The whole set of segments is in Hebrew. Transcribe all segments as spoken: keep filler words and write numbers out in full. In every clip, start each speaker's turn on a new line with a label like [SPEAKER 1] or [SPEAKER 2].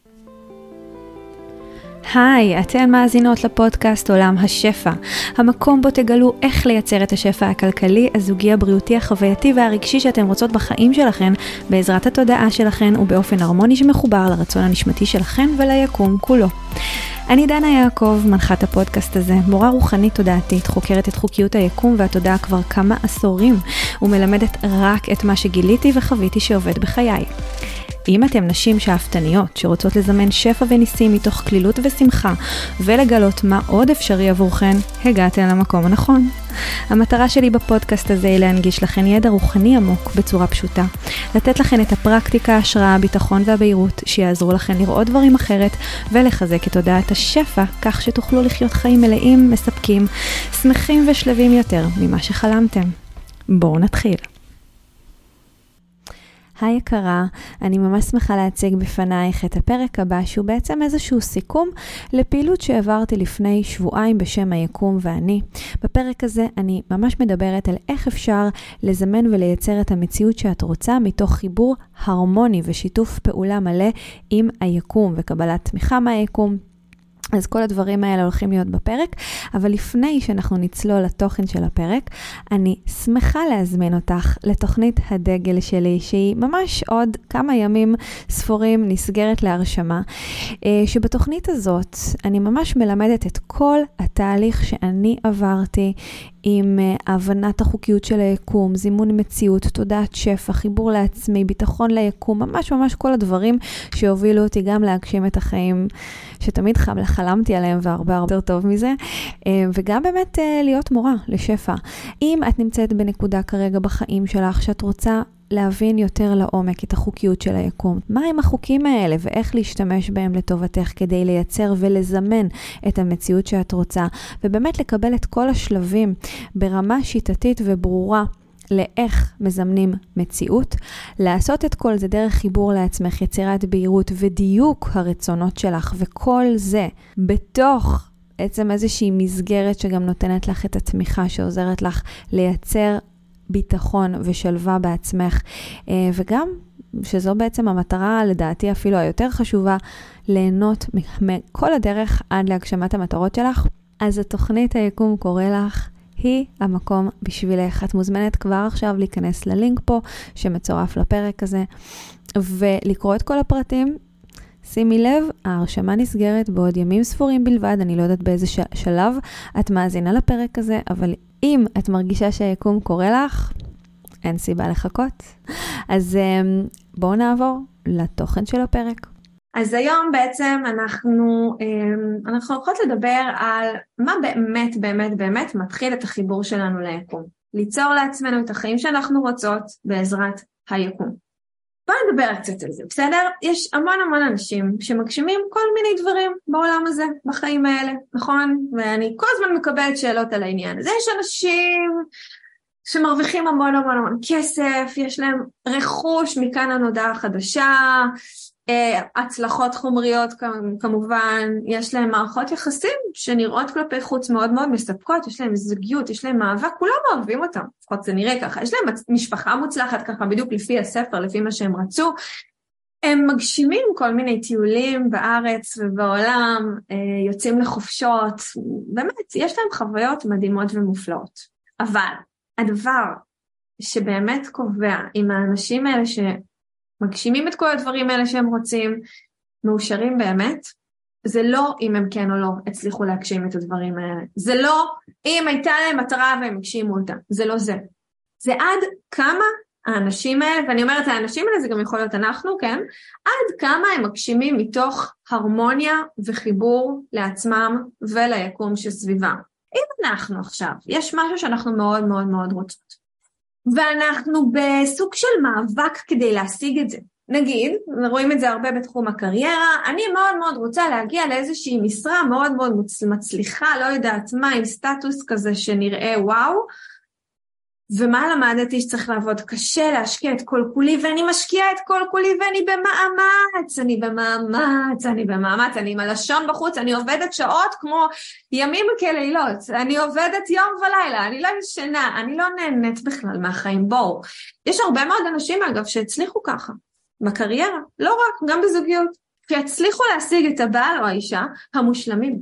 [SPEAKER 1] היי, אתן מאזינות לפודקאסט עולם השפע, המקום בו תגלו איך לייצר את השפע הכלכלי, הזוגי, הבריאותי, החווייתי והרגשי שאתן רוצות בחיים שלכן, בעזרת התודעה שלכן ובאופן הרמוני שמחובר לרצון הנשמתי שלכן וליקום כולו. אני דנה יעקב, מנחת הפודקאסט הזה, מורה רוחנית תודעתית, חוקרת את חוקיות היקום והתודעה כבר כמה עשורים, ומלמדת רק את מה שגיליתי וחוויתי שעובד בחיי. אם אתם נשים שאפתניות שרוצות לזמן שפע וניסים מתוך כלילות ושמחה ולגלות מה עוד אפשרי עבורכן, הגעתן למקום הנכון. המטרה שלי בפודקאסט הזה היא להנגיש לכן ידע רוחני עמוק בצורה פשוטה, לתת לכן את הפרקטיקה, ההשראה, הביטחון והבהירות שיעזרו לכן לראות דברים אחרת ולחזק את תודעת השפע כך שתוכלו לחיות חיים מלאים, מספקים, שמחים ושלבים יותר ממה שחלמתם. בואו נתחיל. היי יקרה, אני ממש שמחה להציג בפנייך את הפרק הבא שהוא בעצם איזשהו סיכום לפעילות שהעברתי לפני שבועיים בשם היקום ואני. בפרק הזה אני ממש מדברת על איך אפשר לזמן ולייצר את המציאות שאת רוצה מתוך חיבור הרמוני ושיתוף פעולה מלא עם היקום וקבלת תמיכה מהיקום. אז כל הדברים האלה הולכים להיות בפרק, אבל לפני שאנחנו נצלול לתוכן של הפרק, אני שמחה להזמין אותך לתוכנית הדגל שלי, שהיא ממש עוד כמה ימים ספורים נסגרת להרשמה, שבתוכנית הזאת אני ממש מלמדת את כל התהליך שאני עברתי עם הבנת החוקיות של היקום, זימון מציאות, תודעת שפע, חיבור לעצמי, ביטחון ליקום, ממש ממש כל הדברים שהובילו אותי גם להגשים את החיים שתמיד חלמתי עליהם והרבה הרבה יותר טוב מזה, וגם באמת להיות מורה לשפע. אם את נמצאת בנקודה כרגע בחיים שלך שאת רוצה להבין יותר לעומק את החוקיות של היקום, מה הם החוקים האלה ואיך להשתמש בהם לטובתך כדי לייצר ולזמן את המציאות שאת רוצה, ובאמת לקבל את כל השלבים ברמה שיטתית וברורה לאיך מזמנים מציאות, לעשות את כל זה דרך חיבור לעצמך, יצירת בהירות ודיוק הרצונות שלך, וכל זה בתוך בעצם איזושהי מסגרת שגם נותנת לך את התמיכה שעוזרת לך לייצר ביטחון ושלווה בעצמך, וגם שזו בעצם המטרה לדעתי אפילו היותר חשובה, ליהנות מכל הדרך עד להגשמת המטרות שלך. אז התוכנית היקום קורא לך, היא המקום בשבילך. את מוזמנת כבר עכשיו להיכנס ללינק פה שמצורף לפרק הזה ולקרוא את כל הפרטים. שימי לב, ההרשמה נסגרת בעוד ימים ספורים בלבד, אני לא יודעת באיזה שלב את מאזינה לפרק הזה, אבל אם את מרגישה שהיקום קורא לך, אין סיבה לחכות. אז בואו נעבור לתוכן של הפרק.
[SPEAKER 2] אז היום בעצם אנחנו, אנחנו הולכות לדבר על מה באמת באמת באמת מתחיל את החיבור שלנו ליקום. ליצור לעצמנו את החיים שאנחנו רוצות בעזרת היקום. בואו נדבר קצת על זה, בסדר? יש המון המון אנשים שמגשימים כל מיני דברים בעולם הזה, בחיים האלה, נכון? ואני כל הזמן מקבלת שאלות על העניין הזה. יש אנשים שמרוויחים המון המון המון כסף, יש להם רכוש מכאן הנודעה החדשה, הצלחות חומריות כמובן, יש להם מערכות יחסים שנראות כלפי חוץ מאוד מאוד מספקות, יש להם זוגיות, יש להם מאבק, כולם אוהבים אותם, לפחות זה נראה ככה, יש להם משפחה מוצלחת ככה בדיוק לפי הספר, לפי מה שהם רצו, הם מגשימים כל מיני טיולים בארץ ובעולם, יוצאים לחופשות, באמת יש להם חוויות מדהימות ומופלאות, אבל הדבר שבאמת קובע עם האנשים האלה ש מגשימים את כל הדברים האלה שהם רוצים, מאושרים באמת, זה לא אם הם כן או לא הצליחו להגשים את הדברים האלה. זה לא אם הייתה להם מטרה והם הגשימו אותה. זה לא זה. זה עד כמה האנשים האלה, ואני אומרת האנשים האלה זה גם יכול להיות אנחנו, כן? עד כמה הם מגשימים מתוך הרמוניה וחיבור לעצמם וליקום שסביבם. אם אנחנו עכשיו, יש משהו שאנחנו מאוד מאוד מאוד רוצות. ואנחנו בסוג של מאבק כדי להשיג את זה. נגיד, רואים את זה הרבה בתחום הקריירה, אני מאוד מאוד רוצה להגיע לאיזושהי משרה מאוד מאוד מצליחה, לא יודעת מה, עם סטטוס כזה שנראה וואו, ומה למדתי שצריך לעבוד קשה, להשקיע את כל כולי, ואני משקיעה את כל כולי, ואני במאמץ, אני במאמץ, אני במאמץ, אני עם הלשון בחוץ, אני עובדת שעות כמו ימים כלילות, אני עובדת יום ולילה, אני לא ישנה, אני לא נהנית בכלל מהחיים, בואו. יש הרבה מאוד אנשים אגב שהצליחו ככה, בקריירה, לא רק, גם בזוגיות. שיצליחו להשיג את הבעל או האישה המושלמים.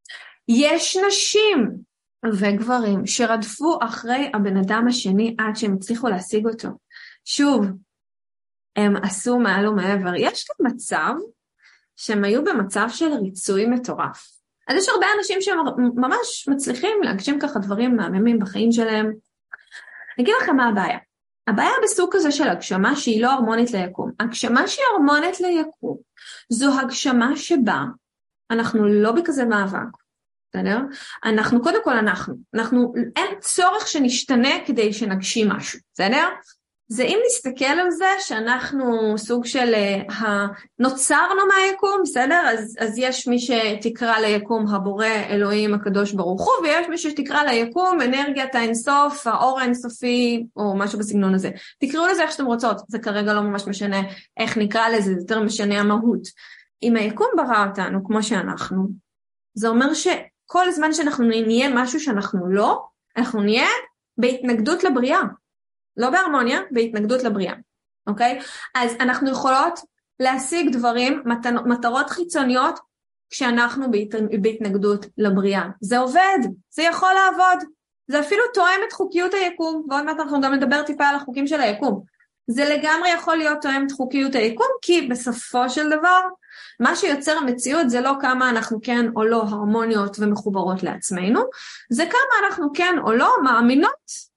[SPEAKER 2] יש נשים וגברים שרדפו אחרי הבן אדם השני עד שהם הצליחו להשיג אותו. שוב, הם עשו מעל ומעבר. יש כאן מצב שהם היו במצב של ריצוי מטורף. אז יש הרבה אנשים שממש מצליחים להגשים ככה דברים מהממים בחיים שלהם. אני אגיד לכם מה הבעיה. הבעיה בסוג כזה של הגשמה שהיא לא הרמונית ליקום. הגשמה שהיא הרמונית ליקום, זו הגשמה שבה אנחנו לא בכזה מאבק. בסדר? אנחנו, קודם כל אנחנו. אנחנו, אין צורך שנשתנה כדי שנגשים משהו. בסדר? זה אם נסתכל על זה שאנחנו סוג של uh, נוצרנו מהיקום, בסדר? אז, אז יש מי שתקרא ליקום הבורא, אלוהים הקדוש ברוך הוא, ויש מי שתקרא ליקום אנרגיית האינסוף, האור האינסופי, או משהו בסגנון הזה. תקראו לזה איך שאתם רוצות, זה כרגע לא ממש משנה איך נקרא לזה, זה יותר משנה המהות. אם היקום ברא אותנו כמו שאנחנו, זה אומר שכל הזמן שאנחנו נהיה משהו שאנחנו לא, אנחנו נהיה בהתנגדות לבריאה. לא בהרמוניה, בהתנגדות לבריאה, אוקיי? אז אנחנו יכולות להשיג דברים, מטרות חיצוניות, כשאנחנו בהת... בהתנגדות לבריאה. זה עובד, זה יכול לעבוד, זה אפילו תואם את חוקיות היקום, ועוד מעט אנחנו גם נדבר טיפה על החוקים של היקום. זה לגמרי יכול להיות תואם את חוקיות היקום, כי בסופו של דבר, מה שיוצר המציאות זה לא כמה אנחנו כן או לא הרמוניות ומחוברות לעצמנו, זה כמה אנחנו כן או לא מאמינות,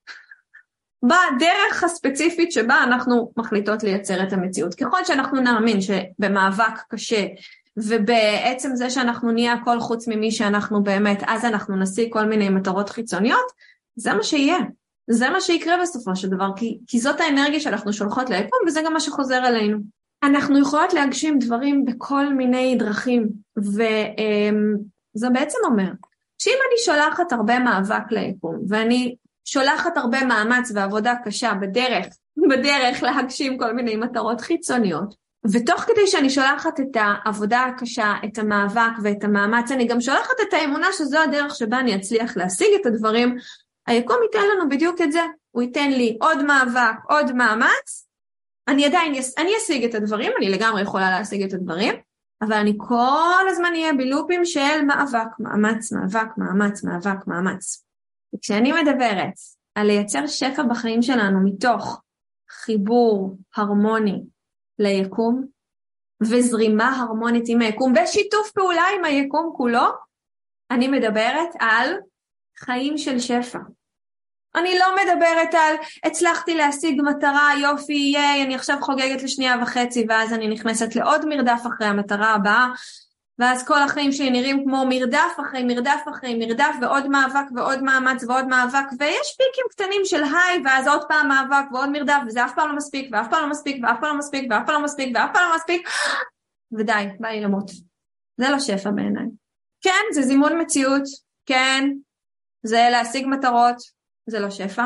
[SPEAKER 2] בדרך הספציפית שבה אנחנו מחליטות לייצר את המציאות. ככל שאנחנו נאמין שבמאבק קשה, ובעצם זה שאנחנו נהיה הכל חוץ ממי שאנחנו באמת, אז אנחנו נשיג כל מיני מטרות חיצוניות, זה מה שיהיה. זה מה שיקרה בסופו של דבר, כי, כי זאת האנרגיה שאנחנו שולחות ליקום, וזה גם מה שחוזר אלינו. אנחנו יכולות להגשים דברים בכל מיני דרכים, וזה בעצם אומר, שאם אני שולחת הרבה מאבק ליקום, ואני שולחת הרבה מאמץ ועבודה קשה בדרך, בדרך להגשים כל מיני מטרות חיצוניות. ותוך כדי שאני שולחת את העבודה הקשה, את המאבק ואת המאמץ, אני גם שולחת את האמונה שזו הדרך שבה אני אצליח להשיג את הדברים. היקום ייתן לנו בדיוק את זה. הוא ייתן לי עוד מאבק, עוד מאמץ. אני עדיין, אני אשיג את הדברים, אני לגמרי יכולה להשיג את הדברים, אבל אני כל הזמן אהיה בלופים של מאבק, מאמץ, מאבק, מאמץ, מאבק, מאמץ. וכשאני מדברת על לייצר שפע בחיים שלנו מתוך חיבור הרמוני ליקום, וזרימה הרמונית עם היקום, ושיתוף פעולה עם היקום כולו, אני מדברת על חיים של שפע. אני לא מדברת על הצלחתי להשיג מטרה, יופי, יי, אני עכשיו חוגגת לשנייה וחצי, ואז אני נכנסת לעוד מרדף אחרי המטרה הבאה, ואז כל החיים שלי נראים כמו מרדף אחרי מרדף אחרי מרדף, ועוד מאבק ועוד מאמץ ועוד מאבק, ויש פיקים קטנים של היי, ואז עוד פעם מאבק ועוד מרדף, וזה אף פעם לא מספיק, ואף פעם לא מספיק, ואף פעם לא מספיק, ואף פעם לא מספיק, ואף פעם לא מספיק, ודי, ביי למות. זה לא שפע בעיניי. כן, זה זימון מציאות, כן, זה להשיג מטרות, זה לא שפע.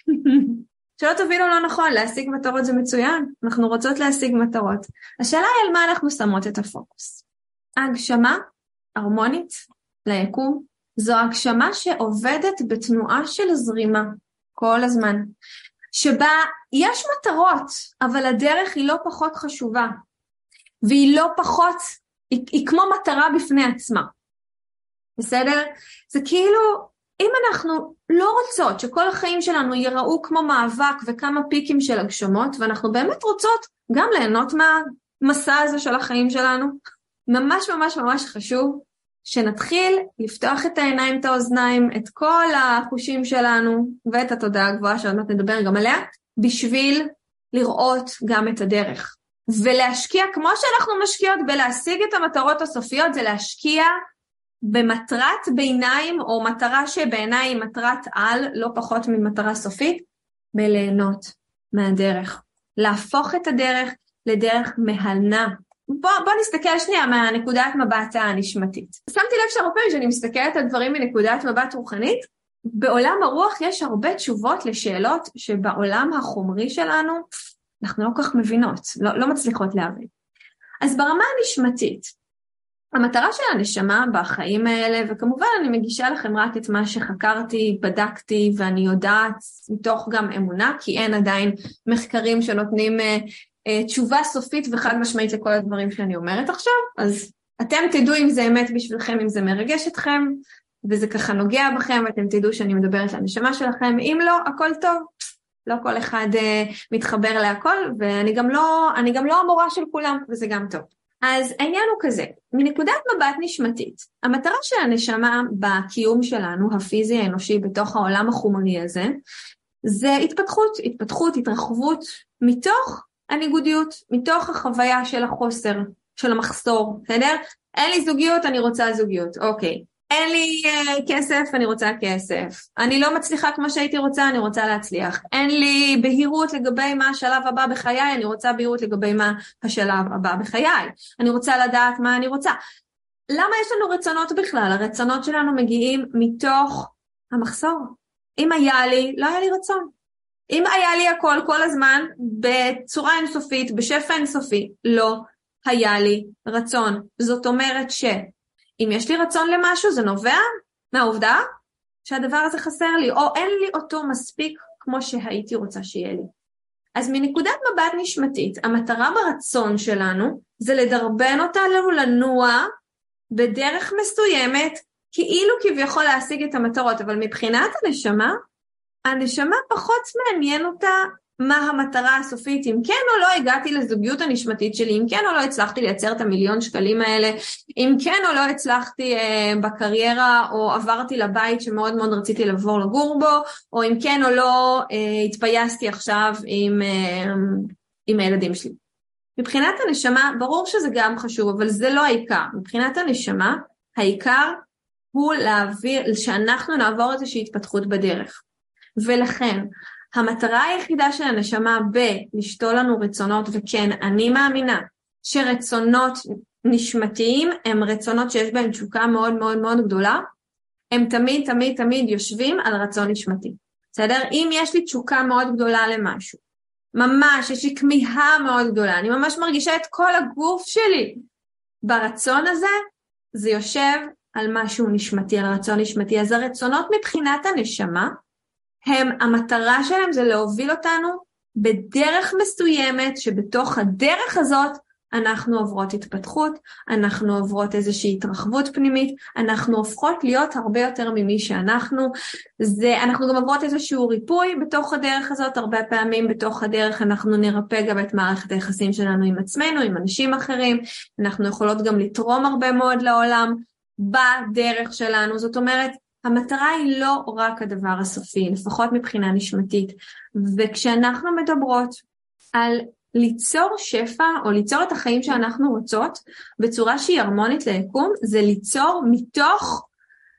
[SPEAKER 2] שלא תבינו לא נכון, להשיג מטרות זה מצוין, אנחנו רוצות להשיג מטרות. השאלה היא על מה אנחנו שמות את הפוקוס. ההגשמה הרמונית ליקום, זו הגשמה שעובדת בתנועה של זרימה כל הזמן, שבה יש מטרות, אבל הדרך היא לא פחות חשובה, והיא לא פחות, היא, היא כמו מטרה בפני עצמה. בסדר? זה כאילו, אם אנחנו לא רוצות שכל החיים שלנו ייראו כמו מאבק וכמה פיקים של הגשמות, ואנחנו באמת רוצות גם ליהנות מהמסע הזה של החיים שלנו, ממש ממש ממש חשוב שנתחיל לפתוח את העיניים, את האוזניים, את כל החושים שלנו ואת התודעה הגבוהה שעוד מעט נדבר גם עליה, בשביל לראות גם את הדרך. ולהשקיע כמו שאנחנו משקיעות בלהשיג את המטרות הסופיות, זה להשקיע במטרת ביניים או מטרה שבעיניי היא מטרת על, לא פחות ממטרה סופית, בליהנות מהדרך. להפוך את הדרך לדרך מהנה. בוא, בוא נסתכל שנייה מהנקודת מבט הנשמתית. שמתי לב שהרבה פעמים שאני מסתכלת על דברים מנקודת מבט רוחנית, בעולם הרוח יש הרבה תשובות לשאלות שבעולם החומרי שלנו אנחנו לא כך מבינות, לא, לא מצליחות להבין. אז ברמה הנשמתית, המטרה של הנשמה בחיים האלה, וכמובן אני מגישה לכם רק את מה שחקרתי, בדקתי, ואני יודעת מתוך גם אמונה, כי אין עדיין מחקרים שנותנים תשובה סופית וחד משמעית לכל הדברים שאני אומרת עכשיו, אז אתם תדעו אם זה אמת בשבילכם, אם זה מרגש אתכם, וזה ככה נוגע בכם, ואתם תדעו שאני מדברת לנשמה שלכם, אם לא, הכל טוב. לא כל אחד uh, מתחבר להכל, ואני גם לא, אני גם לא המורה של כולם, וזה גם טוב. אז העניין הוא כזה, מנקודת מבט נשמתית, המטרה של הנשמה בקיום שלנו, הפיזי האנושי בתוך העולם החומרי הזה, זה התפתחות, התפתחות, התרחבות, מתוך הניגודיות, מתוך החוויה של החוסר, של המחסור, בסדר? אין לי זוגיות, אני רוצה זוגיות, אוקיי. אין לי uh, כסף, אני רוצה כסף. אני לא מצליחה כמו שהייתי רוצה, אני רוצה להצליח. אין לי בהירות לגבי מה השלב הבא בחיי, אני רוצה בהירות לגבי מה השלב הבא בחיי. אני רוצה לדעת מה אני רוצה. למה יש לנו רצונות בכלל? הרצונות שלנו מגיעים מתוך המחסור. אם היה לי, לא היה לי רצון. אם היה לי הכל כל הזמן, בצורה אינסופית, בשפע אינסופי, לא היה לי רצון. זאת אומרת ש... אם יש לי רצון למשהו, זה נובע מהעובדה שהדבר הזה חסר לי, או אין לי אותו מספיק כמו שהייתי רוצה שיהיה לי. אז מנקודת מבט נשמתית, המטרה ברצון שלנו זה לדרבן אותנו לנוע בדרך מסוימת, כאילו כביכול להשיג את המטרות, אבל מבחינת הנשמה, הנשמה פחות מעניין אותה מה המטרה הסופית, אם כן או לא הגעתי לזוגיות הנשמתית שלי, אם כן או לא הצלחתי לייצר את המיליון שקלים האלה, אם כן או לא הצלחתי אה, בקריירה, או עברתי לבית שמאוד מאוד רציתי לעבור לגור בו, או אם כן או לא אה, התפייסתי עכשיו עם, אה, עם הילדים שלי. מבחינת הנשמה, ברור שזה גם חשוב, אבל זה לא העיקר. מבחינת הנשמה, העיקר הוא להעביר, שאנחנו נעבור איזושהי התפתחות בדרך. ולכן, המטרה היחידה של הנשמה בלשתול לנו רצונות, וכן, אני מאמינה שרצונות נשמתיים הם רצונות שיש בהם תשוקה מאוד מאוד מאוד גדולה, הם תמיד תמיד תמיד יושבים על רצון נשמתי. בסדר? אם יש לי תשוקה מאוד גדולה למשהו, ממש יש לי כמיהה מאוד גדולה, אני ממש מרגישה את כל הגוף שלי ברצון הזה, זה יושב על משהו נשמתי, על רצון נשמתי. אז הרצונות מבחינת הנשמה, הם, המטרה שלהם זה להוביל אותנו בדרך מסוימת, שבתוך הדרך הזאת אנחנו עוברות התפתחות, אנחנו עוברות איזושהי התרחבות פנימית, אנחנו הופכות להיות הרבה יותר ממי שאנחנו, זה, אנחנו גם עוברות איזשהו ריפוי בתוך הדרך הזאת, הרבה פעמים בתוך הדרך אנחנו נרפא גם את מערכת היחסים שלנו עם עצמנו, עם אנשים אחרים, אנחנו יכולות גם לתרום הרבה מאוד לעולם בדרך שלנו, זאת אומרת, המטרה היא לא רק הדבר הסופי, לפחות מבחינה נשמתית, וכשאנחנו מדברות על ליצור שפע, או ליצור את החיים שאנחנו רוצות, בצורה שהיא הרמונית ליקום, זה ליצור מתוך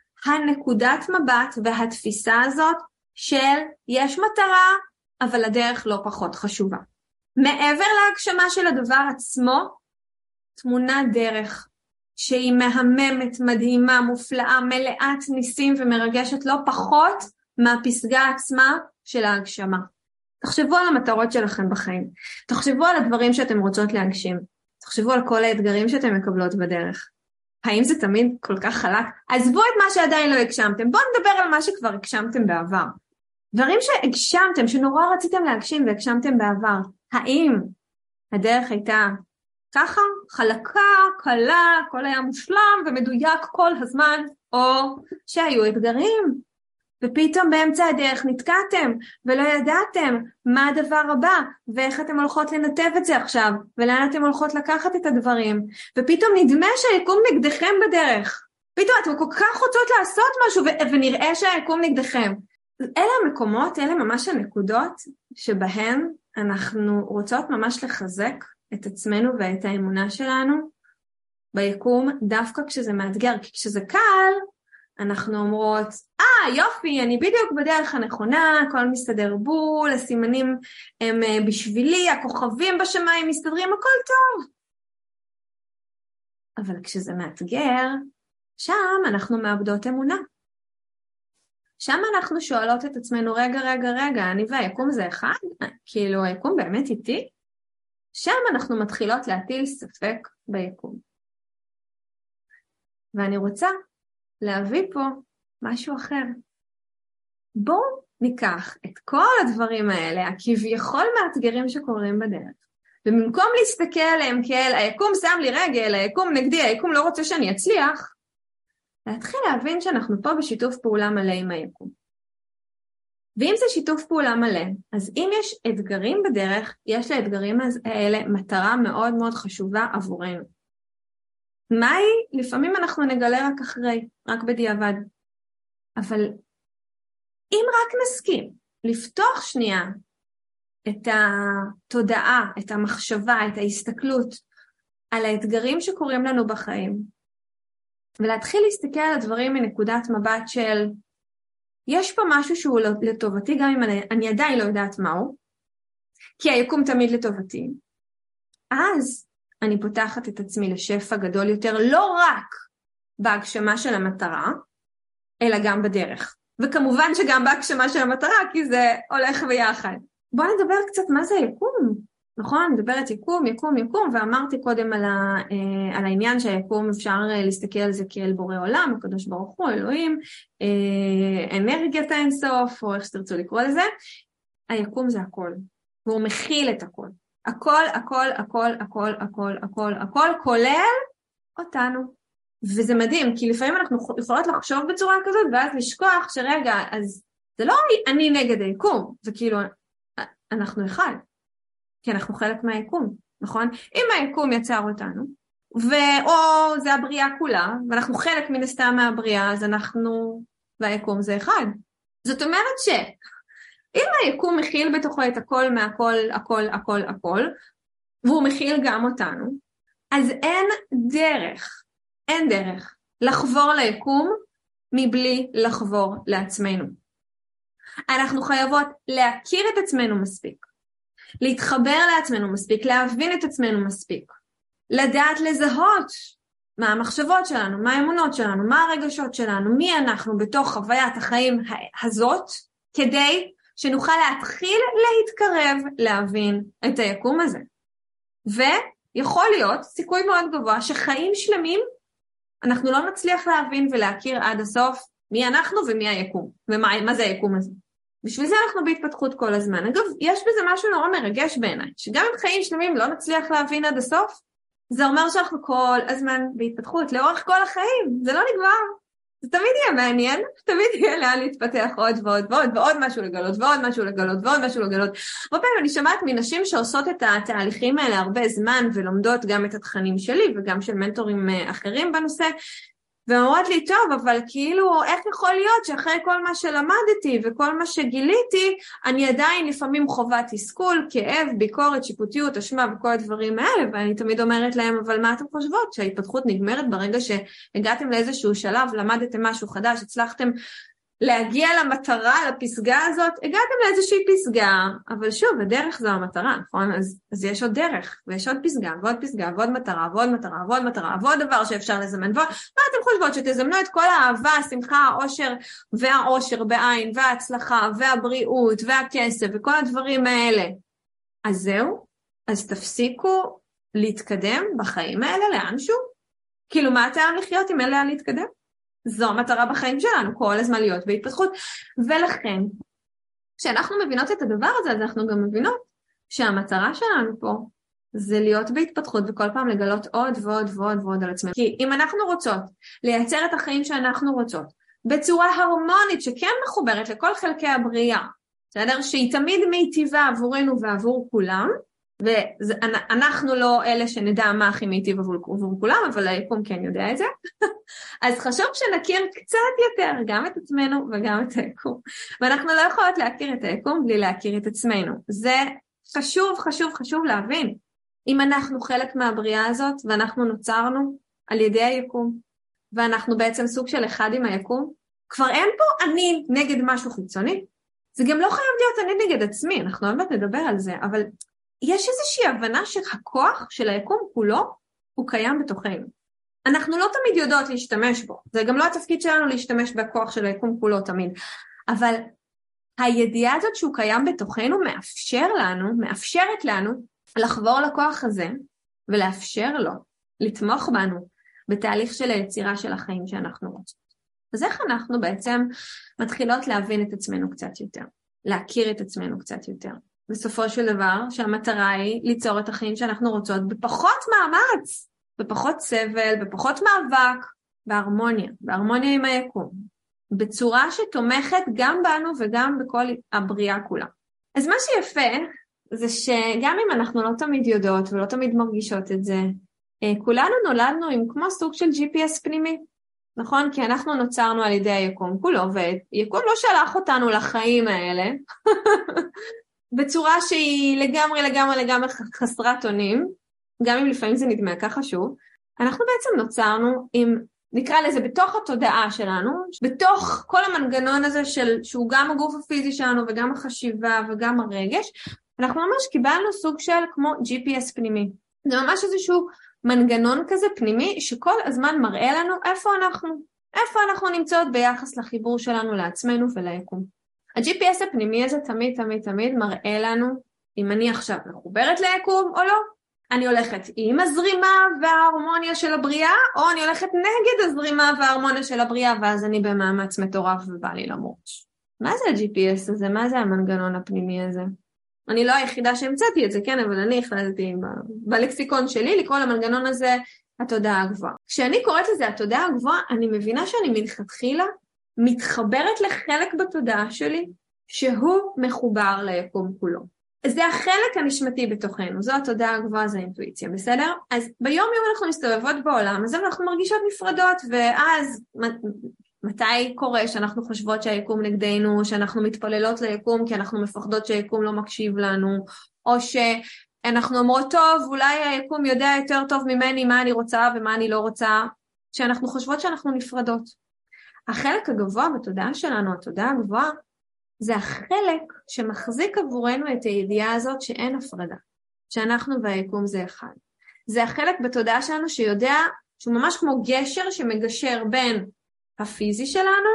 [SPEAKER 2] הנקודת מבט והתפיסה הזאת, של יש מטרה, אבל הדרך לא פחות חשובה. מעבר להגשמה של הדבר עצמו, תמונה דרך, שהיא מהממת, מדהימה, מופלאה, מלאת ניסים ומרגשת לא פחות מהפסגה עצמה של ההגשמה. תחשבו על המטרות שלכם בחיים, תחשבו על הדברים שאתם רוצות להגשים, תחשבו על כל האתגרים שאתם מקבלות בדרך. האם זה תמיד כל כך חלק? עזבו את מה שעדיין לא הגשמתם, בואו נדבר על מה שכבר הגשמתם בעבר. דברים שהגשמתם, שנורא רציתם להגשים והגשמתם בעבר, האם הדרך הייתה ככה, חלקה, קלה, הכל היה מושלם ומדויק כל הזמן, או שהיו אתגרים, ופתאום באמצע הדרך נתקעתם, ולא ידעתם מה הדבר הבא, ואיך אתם הולכות לנתב את זה עכשיו, ולאן אתם הולכות לקחת את הדברים, ופתאום נדמה שהיקום נגדכם בדרך, פתאום אתם כל כך רוצות לעשות משהו, ו- ונראה שהיקום נגדכם. אלה המקומות, אלה ממש הנקודות, שבהן אנחנו רוצות ממש לחזק, את עצמנו ואת האמונה שלנו ביקום, דווקא כשזה מאתגר, כי כשזה קל, אנחנו אומרות, אה, יופי, אני בדיוק בדרך הנכונה, הכל מסתדר בול, הסימנים הם בשבילי, הכוכבים בשמיים מסתדרים, הכל טוב. אבל כשזה מאתגר, שם אנחנו מאבדות אמונה. שם אנחנו שואלות את עצמנו, רגע, רגע, רגע, אני והיקום זה אחד? כאילו, היקום באמת איתי? שם אנחנו מתחילות להטיל ספק ביקום. ואני רוצה להביא פה משהו אחר. בואו ניקח את כל הדברים האלה, הכביכול מאתגרים שקורים בדרך, ובמקום להסתכל עליהם כאל, היקום שם לי רגל, היקום נגדי, היקום לא רוצה שאני אצליח, להתחיל להבין שאנחנו פה בשיתוף פעולה מלא עם היקום. ואם זה שיתוף פעולה מלא, אז אם יש אתגרים בדרך, יש לאתגרים האלה מטרה מאוד מאוד חשובה עבורנו. מה היא? לפעמים אנחנו נגלה רק אחרי, רק בדיעבד. אבל אם רק נסכים לפתוח שנייה את התודעה, את המחשבה, את ההסתכלות על האתגרים שקורים לנו בחיים, ולהתחיל להסתכל על הדברים מנקודת מבט של, יש פה משהו שהוא לטובתי, גם אם אני, אני עדיין לא יודעת מהו, כי היקום תמיד לטובתי, אז אני פותחת את עצמי לשפע גדול יותר, לא רק בהגשמה של המטרה, אלא גם בדרך. וכמובן שגם בהגשמה של המטרה, כי זה הולך ביחד. בואו נדבר קצת מה זה יקום. נכון? מדברת יקום, יקום, יקום, ואמרתי קודם על, ה, על העניין שהיקום אפשר להסתכל על זה כאל בורא עולם, הקדוש ברוך הוא, אלוהים, אנרגיית האינסוף, או איך שתרצו לקרוא לזה. היקום זה הכל, והוא מכיל את הכל. הכל, הכל, הכל, הכל, הכל, הכל, הכל, כולל אותנו. וזה מדהים, כי לפעמים אנחנו יכולות לחשוב בצורה כזאת, ואז לשכוח שרגע, אז זה לא אני נגד היקום, זה כאילו, אנחנו אחד. כי אנחנו חלק מהיקום, נכון? אם היקום יצר אותנו, או זה הבריאה כולה, ואנחנו חלק מן הסתם מהבריאה, אז אנחנו, והיקום זה אחד. זאת אומרת שאם היקום מכיל בתוכו את הכל מהכל, הכל, הכל, הכל, והוא מכיל גם אותנו, אז אין דרך, אין דרך לחבור ליקום מבלי לחבור לעצמנו. אנחנו חייבות להכיר את עצמנו מספיק. להתחבר לעצמנו מספיק, להבין את עצמנו מספיק, לדעת לזהות מה המחשבות שלנו, מה האמונות שלנו, מה הרגשות שלנו, מי אנחנו בתוך חוויית החיים הזאת, כדי שנוכל להתחיל להתקרב, להבין את היקום הזה. ויכול להיות סיכוי מאוד גבוה שחיים שלמים אנחנו לא נצליח להבין ולהכיר עד הסוף מי אנחנו ומי היקום, ומה מה זה היקום הזה. בשביל זה אנחנו בהתפתחות כל הזמן. אגב, יש בזה משהו נורא מרגש בעיניי, שגם אם חיים שלמים לא נצליח להבין עד הסוף, זה אומר שאנחנו כל הזמן בהתפתחות, לאורך כל החיים, זה לא נגמר. זה תמיד יהיה מעניין, תמיד יהיה לאן להתפתח עוד ועוד ועוד, ועוד משהו לגלות, ועוד משהו לגלות, ועוד משהו לגלות. הרבה פעמים אני שמעת מנשים שעושות את התהליכים האלה הרבה זמן, ולומדות גם את התכנים שלי, וגם של מנטורים אחרים בנושא, ואומרת לי, טוב, אבל כאילו, איך יכול להיות שאחרי כל מה שלמדתי וכל מה שגיליתי, אני עדיין לפעמים חובה תסכול, כאב, ביקורת, שיפוטיות, אשמה וכל הדברים האלה, ואני תמיד אומרת להם, אבל מה אתם חושבות? שההתפתחות נגמרת ברגע שהגעתם לאיזשהו שלב, למדתם משהו חדש, הצלחתם להגיע למטרה, לפסגה הזאת, הגעתם לאיזושהי פסגה, אבל שוב, הדרך זו המטרה, נכון? אז, אז יש עוד דרך, ויש עוד פסגה, ועוד פסגה, ועוד מטרה, ועוד מטרה, ועוד מטרה, ועוד דבר שאפשר לזמן, ועוד, מה אתם חושבות? שתזמנו את כל האהבה, השמחה, האושר, והאושר בעין, וההצלחה, והבריאות, והכסף, וכל הדברים האלה. אז זהו, אז תפסיקו להתקדם בחיים האלה לאנשהו? כאילו, מה הטעם לחיות אם אין לאן להתקדם? זו המטרה בחיים שלנו, כל הזמן להיות בהתפתחות, ולכן, כשאנחנו מבינות את הדבר הזה, אז אנחנו גם מבינות שהמטרה שלנו פה, זה להיות בהתפתחות, וכל פעם לגלות עוד ועוד ועוד ועוד על עצמנו. כי אם אנחנו רוצות לייצר את החיים שאנחנו רוצות, בצורה הרמונית, שכן מחוברת לכל חלקי הבריאה, בסדר? שהיא תמיד מיטיבה עבורנו ועבור כולם, ואנחנו לא אלה שנדע מה הכי מיטיב עבור כולם, אבל היקום כן יודע את זה. אז חשוב שנכיר קצת יותר גם את עצמנו וגם את היקום. ואנחנו לא יכולות להכיר את היקום בלי להכיר את עצמנו. זה חשוב, חשוב, חשוב להבין. אם אנחנו חלק מהבריאה הזאת, ואנחנו נוצרנו על ידי היקום, ואנחנו בעצם סוג של אחד עם היקום, כבר אין פה אני נגד משהו חיצוני. זה גם לא חייב להיות אני נגד עצמי, אנחנו באמת נדבר על זה, אבל יש איזושהי הבנה שהכוח של היקום כולו הוא קיים בתוכנו. אנחנו לא תמיד יודעות להשתמש בו, זה גם לא התפקיד שלנו להשתמש בכוח של היקום כולו תמיד, אבל הידיעה הזאת שהוא קיים בתוכנו מאפשר לנו, מאפשרת לנו לחבור לכוח הזה ולאפשר לו, לתמוך בנו בתהליך של היצירה של החיים שאנחנו רוצות. אז איך אנחנו בעצם מתחילות להבין את עצמנו קצת יותר, להכיר את עצמנו קצת יותר? בסופו של דבר, שהמטרה היא ליצור את החיים שאנחנו רוצות בפחות מאמץ, בפחות סבל, בפחות מאבק, בהרמוניה, בהרמוניה עם היקום, בצורה שתומכת גם בנו וגם בכל הבריאה כולה. אז מה שיפה זה שגם אם אנחנו לא תמיד יודעות ולא תמיד מרגישות את זה, כולנו נולדנו עם כמו סוג של ג'י פי אס פנימי, נכון? כי אנחנו נוצרנו על ידי היקום כולו, ויקום לא שלח אותנו לחיים האלה, בצורה שהיא לגמרי לגמרי לגמרי חסרת אונים, גם אם לפעמים זה נדמה ככה שוב, אנחנו בעצם נוצרנו עם, נקרא לזה בתוך התודעה שלנו, בתוך כל המנגנון הזה של, שהוא גם הגוף הפיזי שלנו וגם החשיבה וגם הרגש, אנחנו ממש קיבלנו סוג של כמו ג'י פי אס פנימי. זה ממש איזשהו מנגנון כזה פנימי שכל הזמן מראה לנו איפה אנחנו, איפה אנחנו נמצאות ביחס לחיבור שלנו לעצמנו וליקום. ה-ג'י פי אס הפנימי הזה תמיד תמיד תמיד מראה לנו אם אני עכשיו מחוברת ליקום או לא. אני הולכת עם הזרימה וההרמוניה של הבריאה, או אני הולכת נגד הזרימה וההרמוניה של הבריאה, ואז אני במאמץ מטורף ובא לי למות. מה זה ה-ג'י פי אס הזה? מה זה המנגנון הפנימי הזה? אני לא היחידה שהמצאתי את זה, כן, אבל אני החלטתי ב- בלקסיקון שלי לקרוא למנגנון הזה התודעה הגבוהה. כשאני קוראת לזה התודעה הגבוהה, אני מבינה שאני מלכתחילה מתחברת לחלק בתודעה שלי, שהוא מחובר ליקום כולו. זה החלק הנשמתי בתוכנו, זו התודעה הגבוהה, זו האינטואיציה, בסדר? אז ביום יום אנחנו מסתובבות בעולם, אז אנחנו מרגישות נפרדות, ואז מתי קורה שאנחנו חושבות שהיקום נגדנו, שאנחנו מתפללות ליקום כי אנחנו מפחדות שהיקום לא מקשיב לנו, או שאנחנו אומרות טוב, אולי היקום יודע יותר טוב ממני מה אני רוצה ומה אני לא רוצה, שאנחנו חושבות שאנחנו נפרדות. החלק הגבוה בתודעה שלנו, התודעה הגבוהה, זה החלק שמחזיק עבורנו את הידיעה הזאת שאין הפרדה, שאנחנו והיקום זה אחד. זה החלק בתודעה שלנו שיודע שהוא ממש כמו גשר שמגשר בין הפיזי שלנו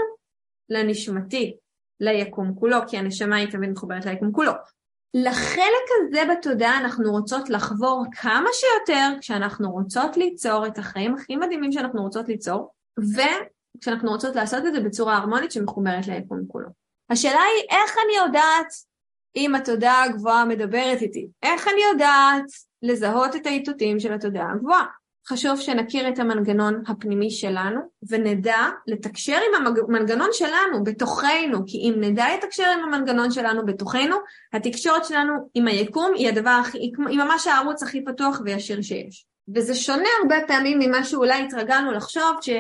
[SPEAKER 2] לנשמתי, ליקום כולו, כי הנשמה היא תמיד מחוברת ליקום כולו. לחלק הזה בתודעה אנחנו רוצות לחבור כמה שיותר, כשאנחנו רוצות ליצור את החיים הכי מדהימים שאנחנו רוצות ליצור, וכשאנחנו רוצות לעשות את זה בצורה הרמונית שמחוברת ליקום כולו. השאלה היא, איך אני יודעת אם התודעה הגבוהה מדברת איתי? איך אני יודעת לזהות את האיתותים של התודעה הגבוהה? חשוב שנכיר את המנגנון הפנימי שלנו, ונדע לתקשר עם המנגנון שלנו בתוכנו, כי אם נדע לתקשר עם המנגנון שלנו בתוכנו, התקשורת שלנו עם היקום היא הדבר הכי, היא ממש הערוץ הכי פתוח וישיר שיש. וזה שונה הרבה פעמים ממה שאולי התרגלנו לחשוב, ש...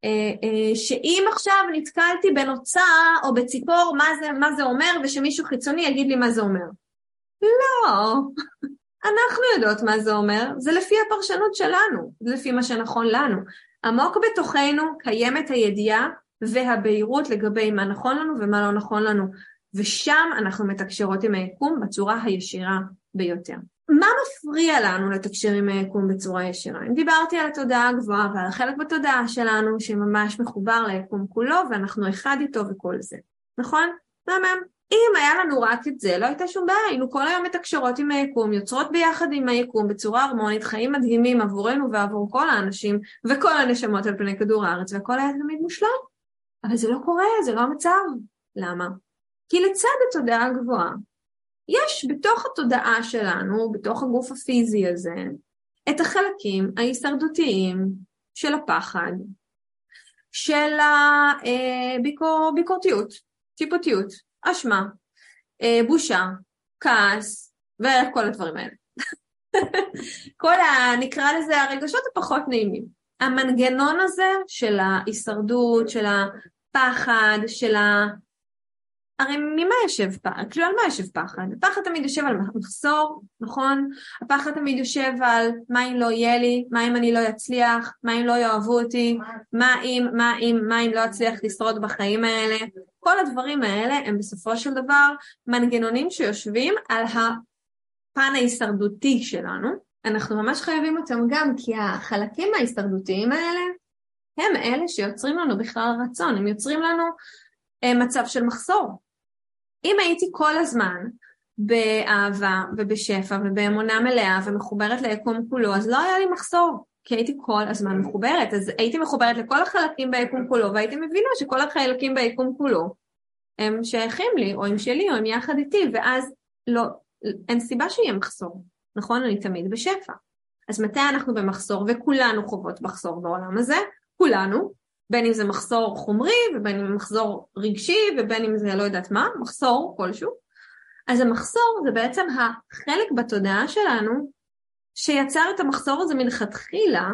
[SPEAKER 2] שאם עכשיו נתקלתי בנוצה או בציפור, מה זה, מה זה אומר, ושמישהו חיצוני יגיד לי מה זה אומר. לא, אנחנו יודעות מה זה אומר, זה לפי הפרשנות שלנו, זה לפי מה שנכון לנו. עמוק בתוכנו קיימת הידיעה והבהירות לגבי מה נכון לנו ומה לא נכון לנו, ושם אנחנו מתקשרות עם היקום בצורה הישירה ביותר. מה מפריע לנו לתקשר עם היקום בצורה ישירה? אם דיברתי על התודעה הגבוהה ועל החלק בתודעה שלנו שממש מחובר ליקום כולו ואנחנו אחד איתו וכל זה, נכון? מהמם. אם היה לנו רק את זה, לא הייתה שום בעיה, היינו כל היום מתקשרות עם היקום, יוצרות ביחד עם היקום בצורה הרמונית, חיים מדהימים עבורנו ועבור כל האנשים וכל הנשמות על פני כדור הארץ, והכל היה תמיד מושלם. אבל זה לא קורה, זה לא המצב. למה? כי לצד התודעה הגבוהה, יש בתוך התודעה שלנו, בתוך הגוף הפיזי הזה, את החלקים ההישרדותיים של הפחד, של הביקורתיות, טיפותיות, אשמה, בושה, כעס, וכל הדברים האלה. כל ה... נקרא לזה הרגשות הפחות נעימים. המנגנון הזה של ההישרדות, של הפחד, של ה... הרי ממה יושב פחד? כאילו על מה יושב פחד? הפחד תמיד יושב על מחסור, נכון? הפחד תמיד יושב על מה אם לא יהיה לי, מה אם אני לא יצליח, מה אם לא יאהבו אותי, מה אם, מה אם, מה אם לא אצליח לשרוד בחיים האלה. כל הדברים האלה הם בסופו של דבר מנגנונים שיושבים על הפן ההישרדותי שלנו. אנחנו ממש חייבים אותם גם כי החלקים ההישרדותיים האלה הם אלה שיוצרים לנו בכלל רצון, הם יוצרים לנו מצב של מחסור. אם הייתי כל הזמן באהבה ובשפע ובאמונה מלאה ומחוברת ליקום כולו, אז לא היה לי מחסור, כי הייתי כל הזמן מחוברת. אז הייתי מחוברת לכל החלקים ביקום כולו, והייתי מבינה שכל החלקים ביקום כולו הם שייכים לי, או הם שלי, או הם יחד איתי, ואז לא, אין סיבה שיהיה מחסור. נכון? אני תמיד בשפע. אז מתי אנחנו במחסור, וכולנו חוות מחסור בעולם הזה, כולנו, בין אם זה מחסור חומרי, ובין אם זה מחסור רגשי, ובין אם זה לא יודעת מה, מחסור כלשהו. אז המחסור זה בעצם החלק בתודעה שלנו, שיצר את המחסור הזה מלכתחילה,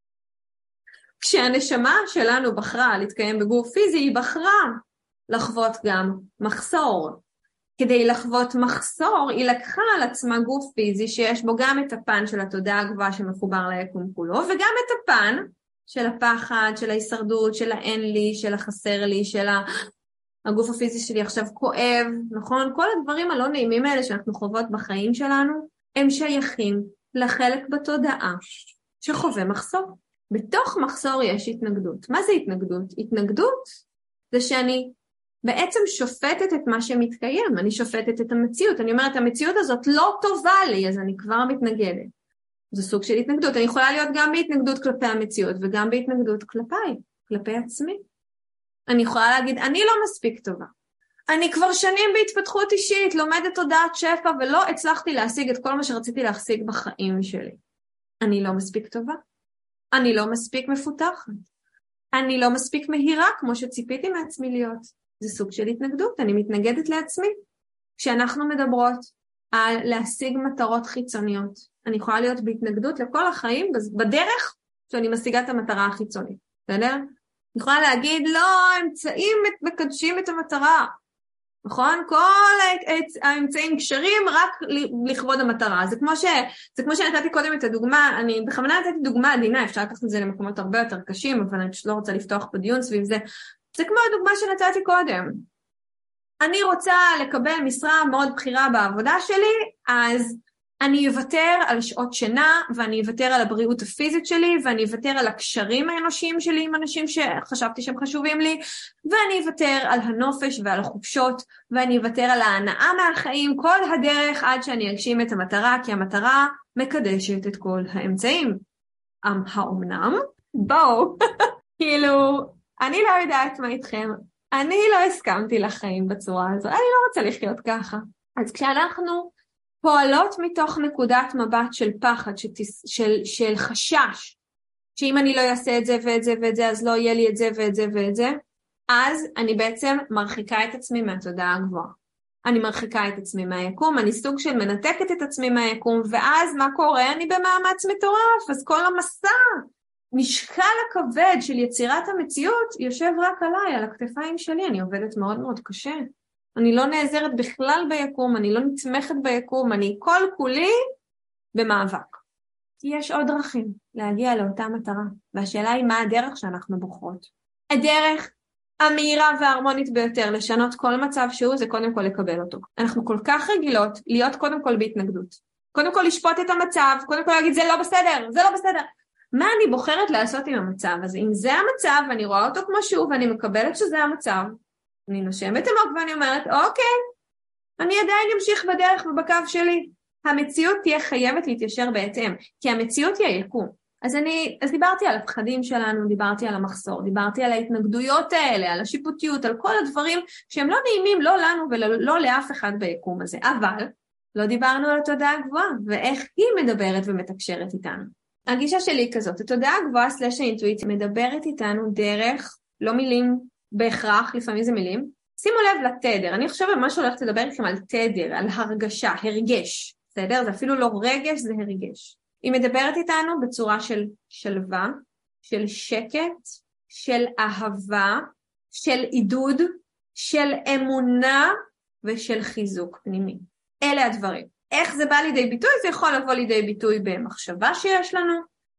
[SPEAKER 2] כשהנשמה שלנו בחרה להתקיים בגוף פיזי, היא בחרה לחוות גם מחסור. כדי לחוות מחסור, היא לקחה על עצמה גוף פיזי שיש בו גם את הפן של התודעה הגבוהה שמחובר ליקום כולו, וגם את הפן של הפחד, של ההישרדות, של האין לי, של החסר לי, של הגוף הפיזי שלי עכשיו כואב, נכון? כל הדברים הלא נעימים האלה שאנחנו חוות בחיים שלנו, הם שייכים לחלק בתודעה שחווה מחסור. בתוך מחסור יש התנגדות. מה זה התנגדות? התנגדות זה שאני בעצם שופטת את מה שמתקיים, אני שופטת את המציאות, אני אומרת, המציאות הזאת לא טובה לי, אז אני כבר מתנגדת. זה סוג של התנגדות, אני יכולה להיות גם בהתנגדות כלפי המציאות, וגם בהתנגדות כלפיי, כלפי עצמי. אני יכולה להגיד, אני לא מספיק טובה. אני כבר שנים בהתפתחות אישית, לומדת תודעת שפע, ולא הצלחתי להשיג את כל מה שרציתי להשיג בחיים שלי. אני לא מספיק טובה. אני לא מספיק מפותחת. אני לא מספיק מהירה, כמו שציפיתי מעצמי להיות. זה סוג של התנגדות, אני מתנגדת לעצמי. כשאנחנו מדברות על להשיג מטרות חיצוניות, אני יכולה להיות בהתנגדות לכל החיים בדרך שאני משיגה את המטרה החיצונית. בסדר? אני יכולה להגיד, לא, האמצעים מקדשים את המטרה. נכון? כל האמצעים קשרים רק לכבוד המטרה. זה כמו ש, זה כמו שנתתי קודם את הדוגמה, אני בכוונה נתתי דוגמה עדינה, אפשר לקחת את זה למקומות הרבה יותר קשים, אבל אני פשוט לא רוצה לפתוח פה דיון סביב זה. זה כמו הדוגמה שנתתי קודם. אני רוצה לקבל משרה מאוד בחירה בעבודה שלי, אז אני אוותר על שעות שינה, ואני אוותר על הבריאות הפיזית שלי, ואני אוותר על הקשרים האנושיים שלי עם אנשים שחשבתי שהם חשובים לי, ואני אוותר על הנופש ועל החופשות, ואני אוותר על ההנאה מהחיים, כל הדרך עד שאני אגשים את המטרה, כי המטרה מקדשת את כל האמצעים. האומנם? בואו, כאילו, אני לא יודעת מה איתכם, אני לא הסכמתי לחיים בצורה הזו, אני לא רוצה לחיות ככה. אז כשאנחנו פועלות מתוך נקודת מבט של פחד, שתס... של, של חשש, שאם אני לא אעשה את זה ואת זה ואת זה, אז לא יהיה לי את זה ואת זה ואת זה, אז אני בעצם מרחיקה את עצמי מהתודעה הגבוהה. אני מרחיקה את עצמי מהיקום, אני סוג של מנתקת את עצמי מהיקום, ואז מה קורה? אני במאמץ מטורף, אז כל המסע, משקל הכבד של יצירת המציאות, יושב רק עליי, על הכתפיים שלי, אני עובדת מאוד מאוד קשה. אני לא נעזרת בכלל ביקום, אני לא נתמכת ביקום, אני כל כולי במאבק. יש עוד דרכים להגיע לאותה מטרה, והשאלה היא מה הדרך שאנחנו בוחרות. הדרך המהירה וההרמונית ביותר לשנות כל מצב שהוא, זה קודם כל לקבל אותו. אנחנו כל כך רגילות להיות קודם כל בהתנגדות. קודם כל לשפוט את המצב, קודם כל להגיד זה לא בסדר, זה לא בסדר. מה אני בוחרת לעשות עם המצב הזה? אם זה המצב ואני רואה אותו כמו שהוא ואני מקבלת שזה המצב, אני נושמת עמוק ואני אומרת, אוקיי, אני עדיין אמשיך בדרך ובקו שלי. המציאות תהיה חייבת להתיישר בהתאם, כי המציאות היא היקום. אז אני, אז דיברתי על הפחדים שלנו, דיברתי על המחסור, דיברתי על ההתנגדויות האלה, על השיפוטיות, על כל הדברים שהם לא נעימים, לא לנו ולא לא לאף אחד ביקום הזה. אבל לא דיברנו על התודעה הגבוהה, ואיך היא מדברת ומתקשרת איתנו. הגישה שלי היא כזאת, התודעה הגבוהה סלש האינטואיציה מדברת איתנו דרך, לא מילים בהכרח, לפעמים זה מילים. שימו לב לתדר, אני חושבת מה שהולכת לדבר איתכם על תדר, על הרגשה, הרגש, בסדר? זה אפילו לא רגש, זה הרגש. היא מדברת איתנו בצורה של שלווה, של שקט, של אהבה, של עידוד, של אמונה ושל חיזוק פנימי. אלה הדברים. איך זה בא לידי ביטוי? זה יכול לבוא לידי ביטוי במחשבה שיש לנו,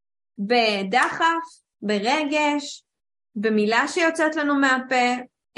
[SPEAKER 2] בדחף, ברגש, במילה שיוצאת לנו מהפה,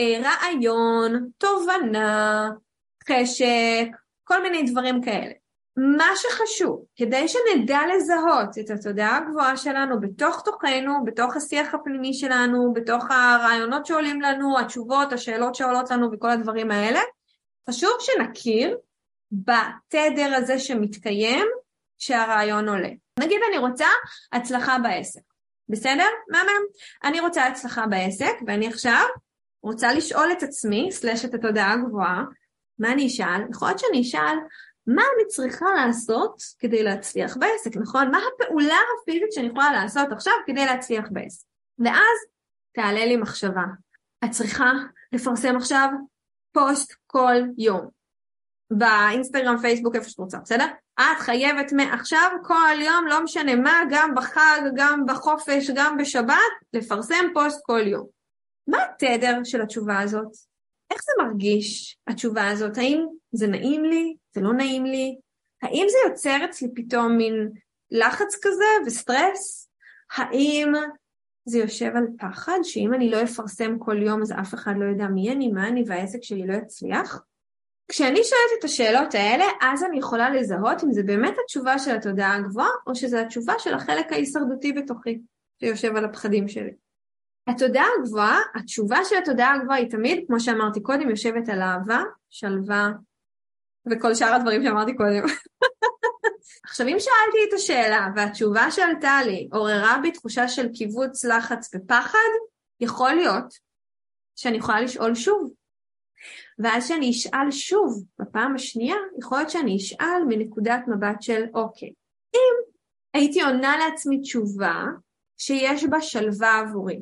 [SPEAKER 2] רעיון, תובנה, חשק, כל מיני דברים כאלה. מה שחשוב, כדי שנדע לזהות את התודעה הגבוהה שלנו בתוך תוכנו, בתוך השיח הפנימי שלנו, בתוך הרעיונות שעולים לנו, התשובות, השאלות שעולות לנו וכל הדברים האלה, חשוב שנכיר בתדר הזה שמתקיים שהרעיון עולה. נגיד אני רוצה הצלחה בעסק, בסדר? מאמם? אני רוצה הצלחה בעסק ואני עכשיו רוצה לשאול את עצמי, סלש את התודעה הגבוהה, מה אני אשאל? יכול להיות שאני אשאל, מה אני צריכה לעשות כדי להצליח בעסק, נכון? מה הפעולה הפיזית שאני יכולה לעשות עכשיו כדי להצליח בעסק? ואז תעלה לי מחשבה. את צריכה לפרסם עכשיו פוסט כל יום. באינסטגרם, פייסבוק, איפה שאת רוצה, בסדר? את חייבת מעכשיו כל יום, לא משנה מה, גם בחג, גם בחופש, גם בשבת, לפרסם פוסט כל יום. מה התדר של התשובה הזאת? איך זה מרגיש, התשובה הזאת? האם זה נעים לי? זה לא נעים לי? האם זה יוצר אצלי פתאום מין לחץ כזה וסטרס? האם זה יושב על פחד, שאם אני לא אפרסם כל יום, אז אף אחד לא יודע מי אני, מה אני, והעסק שלי לא יצליח? כשאני שואלת את השאלות האלה, אז אני יכולה לזהות אם זה באמת התשובה של התודעה הגבוהה, או שזה התשובה של החלק ההישרדותי בתוכי, שיושב על הפחדים שלי. התודעה הגבוהה, התשובה של התודעה הגבוהה היא תמיד, כמו שאמרתי קודם, יושבת על אהבה, שלווה, וכל שאר הדברים שאמרתי קודם. עכשיו, אם שאלתי את השאלה, והתשובה שעלתה לי עוררה בי תחושה של קיבוץ, לחץ ופחד, יכול להיות שאני יכולה לשאול שוב. ואז שאני אשאל שוב, בפעם השנייה, יכול להיות שאני אשאל מנקודת מבט של, אוקיי, אם הייתי עונה לעצמי תשובה שיש בה שלווה עבורי,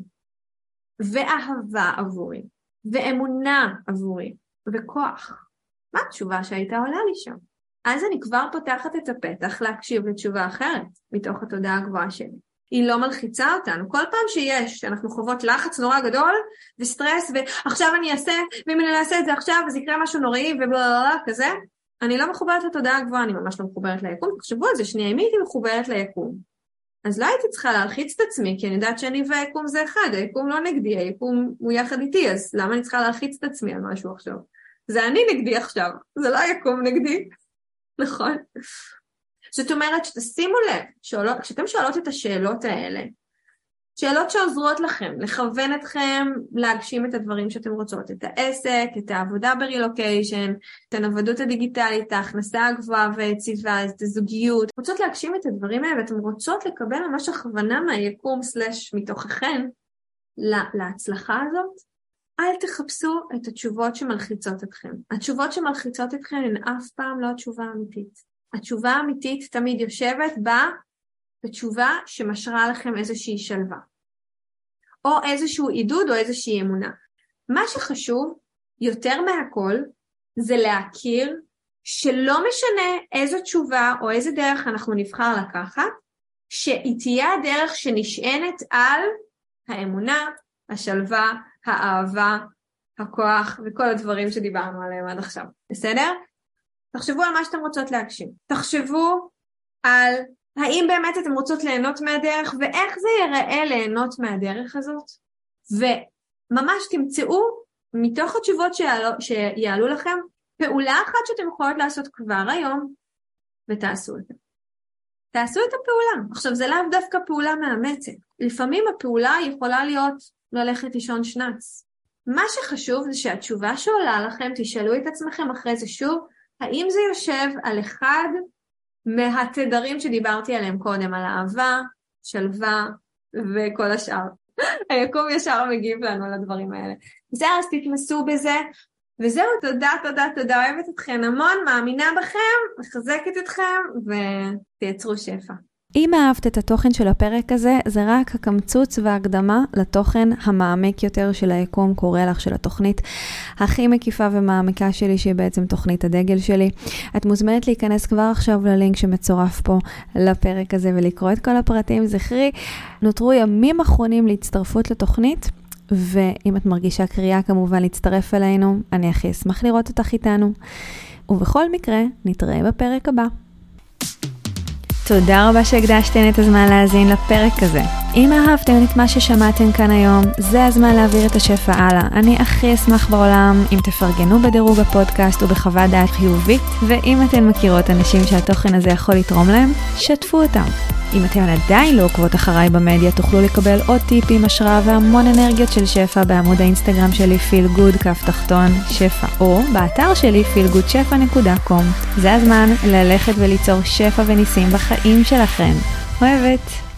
[SPEAKER 2] ואהבה עבורי, ואמונה עבורי, וכוח, מה התשובה שהייתה עולה לי שם? אז אני כבר פותחת את הפתח להקשיב לתשובה אחרת, מתוך התודעה הגבוהה שלי. היא לא מלחיצה אותנו. כל פעם שיש, שאנחנו חוות לחץ נורא גדול, וסטרס, ועכשיו אני אעשה, ואם אני לא אעשה את זה עכשיו, אז יקרה משהו נוראי, ובללה, כזה, אני לא מחוברת לתודעה הגבוהה, אני ממש לא מחוברת ליקום. תחשבו על זה, שנייה, אם הייתי מחוברת ליקום, אז לא הייתי צריכה להלחיץ את עצמי, כי אני יודעת שאני והיקום זה אחד, היקום לא נגדי, היקום הוא יחד איתי, אז למה אני צריכה להלחיץ את עצמי על משהו עכשיו? זה אני נגדי עכשיו, זה לא היקום נגדי, נכון? זאת אומרת שתשימו לב, שאלות, כשאתם שואלות את השאלות האלה, שאלות שעוזרות לכם, לכוון אתכם להגשים את הדברים שאתם רוצות, את העסק, את העבודה ברילוקיישן, את הנוודות הדיגיטלית, את ההכנסה הגבוהה והיציבה, את הזוגיות, רוצות להגשים את הדברים האלה, ואתם רוצות לקבל ממש הכוונה מהיקום סלש מתוככן להצלחה הזאת, אל תחפשו את התשובות שמלחיצות אתכם. התשובות שמלחיצות אתכם הן אף פעם לא התשובה האמיתית. התשובה האמיתית תמיד יושבת בה בתשובה שמשרה לכם איזושהי שלווה. או איזשהו עידוד או איזושהי אמונה. מה שחשוב יותר מהכל זה להכיר שלא משנה איזו תשובה או איזה דרך אנחנו נבחר לקחת, שהיא תהיה הדרך שנשענת על האמונה, השלווה, האהבה, הכוח וכל הדברים שדיברנו עליהם עד עכשיו. בסדר? תחשבו על מה שאתם רוצות להגשים. תחשבו על האם באמת אתם רוצות ליהנות מהדרך, ואיך זה ייראה ליהנות מהדרך הזאת. וממש תמצאו מתוך התשובות שיעלו, שיעלו לכם, פעולה אחת שאתם יכולות לעשות כבר היום, ותעשו את זה. תעשו את הפעולה. עכשיו, זה לאו דווקא פעולה מאמצת. לפעמים הפעולה יכולה להיות ללכת לישון שנץ. מה שחשוב זה שהתשובה שעולה לכם, תשאלו את עצמכם אחרי זה שוב, האם זה יושב על אחד מהתדרים שדיברתי עליהם קודם, על אהבה, שלווה וכל השאר. היקום ישר מגיב לנו על הדברים האלה. בסדר, אז תתמסו בזה, וזהו, תודה, תודה, תודה, אוהבת אתכם המון, מאמינה בכם, מחזקת אתכם, ותייצרו שפע.
[SPEAKER 1] אם אהבת את התוכן של הפרק הזה, זה רק הקמצוץ וההקדמה לתוכן המעמיק יותר של היקום קורא לך, של התוכנית הכי מקיפה ומעמיקה שלי, שהיא בעצם תוכנית הדגל שלי. את מוזמנת להיכנס כבר עכשיו ללינק שמצורף פה לפרק הזה ולקרוא את כל הפרטים. זכרי, נותרו ימים אחרונים להצטרפות לתוכנית, ואם את מרגישה קריאה כמובן להצטרף אלינו, אני הכי אשמח לראות אותך איתנו. ובכל מקרה, נתראה בפרק הבא. תודה רבה שהקדשתן את הזמן להאזין לפרק הזה. אם אהבתם את מה ששמעתם כאן היום, זה הזמן להעביר את השפע הלאה. אני הכי אשמח בעולם אם תפרגנו בדירוג הפודקאסט ובחוות דעת חיובית, ואם אתן מכירות אנשים שהתוכן הזה יכול לתרום להם, שתפו אותם. אם אתן עדיין לא עוקבות אחריי במדיה, תוכלו לקבל עוד טיפים, השראה והמון אנרגיות של שפע בעמוד האינסטגרם שלי פיל גוד כף תחתון שפע, או באתר שלי פיל גוד שפע נקודה קום. זה הזמן ללכת וליצור שפע וניסים בחיים שלכם. אוהבת.